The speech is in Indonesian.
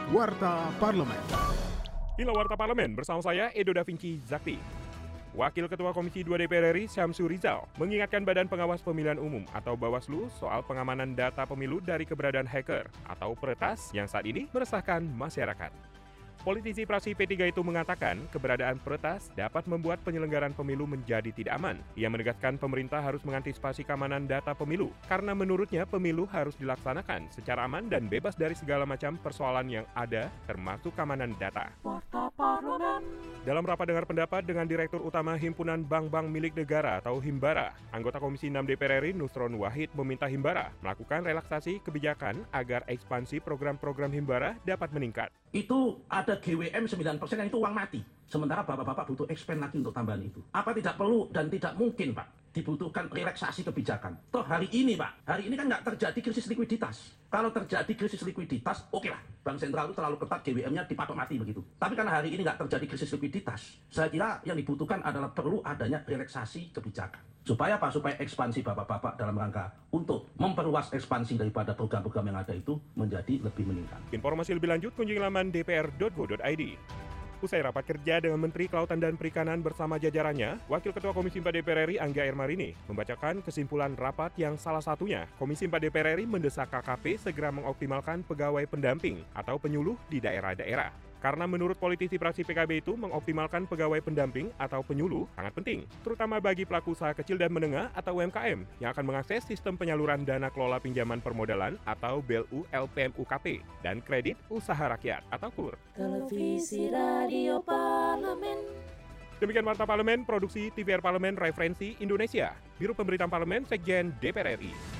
Warta Parlemen. Inilah Warta Parlemen bersama saya Edo Da Vinci Zakti. Wakil Ketua Komisi 2 DPR RI Syamsu Rizal mengingatkan Badan Pengawas Pemilihan Umum atau Bawaslu soal pengamanan data pemilu dari keberadaan hacker atau peretas yang saat ini meresahkan masyarakat. Politisi fraksi P3 itu mengatakan keberadaan peretas dapat membuat penyelenggaraan pemilu menjadi tidak aman. Ia menegaskan pemerintah harus mengantisipasi keamanan data pemilu karena menurutnya pemilu harus dilaksanakan secara aman dan bebas dari segala macam persoalan yang ada termasuk keamanan data. Dalam rapat dengar pendapat dengan Direktur Utama Himpunan Bank-Bank Milik Negara atau Himbara, anggota Komisi 6 DPR RI Nusron Wahid meminta Himbara melakukan relaksasi kebijakan agar ekspansi program-program Himbara dapat meningkat. Itu ada GWM 9% yang itu uang mati. Sementara bapak-bapak butuh expand lagi untuk tambahan itu. Apa tidak perlu dan tidak mungkin, Pak, dibutuhkan relaksasi kebijakan? Toh hari ini, Pak, hari ini kan nggak terjadi krisis likuiditas. Kalau terjadi krisis likuiditas, oke lah. Bank sentral itu terlalu ketat, GWM-nya dipatok mati begitu. Tapi karena hari ini nggak terjadi krisis likuiditas, saya kira yang dibutuhkan adalah perlu adanya relaksasi kebijakan. Supaya apa? Supaya ekspansi bapak-bapak dalam rangka untuk memperluas ekspansi daripada program-program yang ada itu menjadi lebih meningkat. Informasi lebih lanjut kunjungi laman dpr.go.id. Usai rapat kerja dengan Menteri Kelautan dan Perikanan bersama jajarannya, Wakil Ketua Komisi 4 DPR RI Angga Ermarini membacakan kesimpulan rapat yang salah satunya Komisi 4 DPR RI mendesak KKP segera mengoptimalkan pegawai pendamping atau penyuluh di daerah-daerah. Karena menurut politisi fraksi PKB itu mengoptimalkan pegawai pendamping atau penyuluh sangat penting, terutama bagi pelaku usaha kecil dan menengah atau UMKM yang akan mengakses sistem penyaluran dana kelola pinjaman permodalan atau BLU LPMUKP dan kredit usaha rakyat atau KUR. Televisi Radio Parlemen. Demikian Warta Parlemen, produksi TVR Parlemen Referensi Indonesia, Biro Pemberitaan Parlemen Sekjen DPR RI.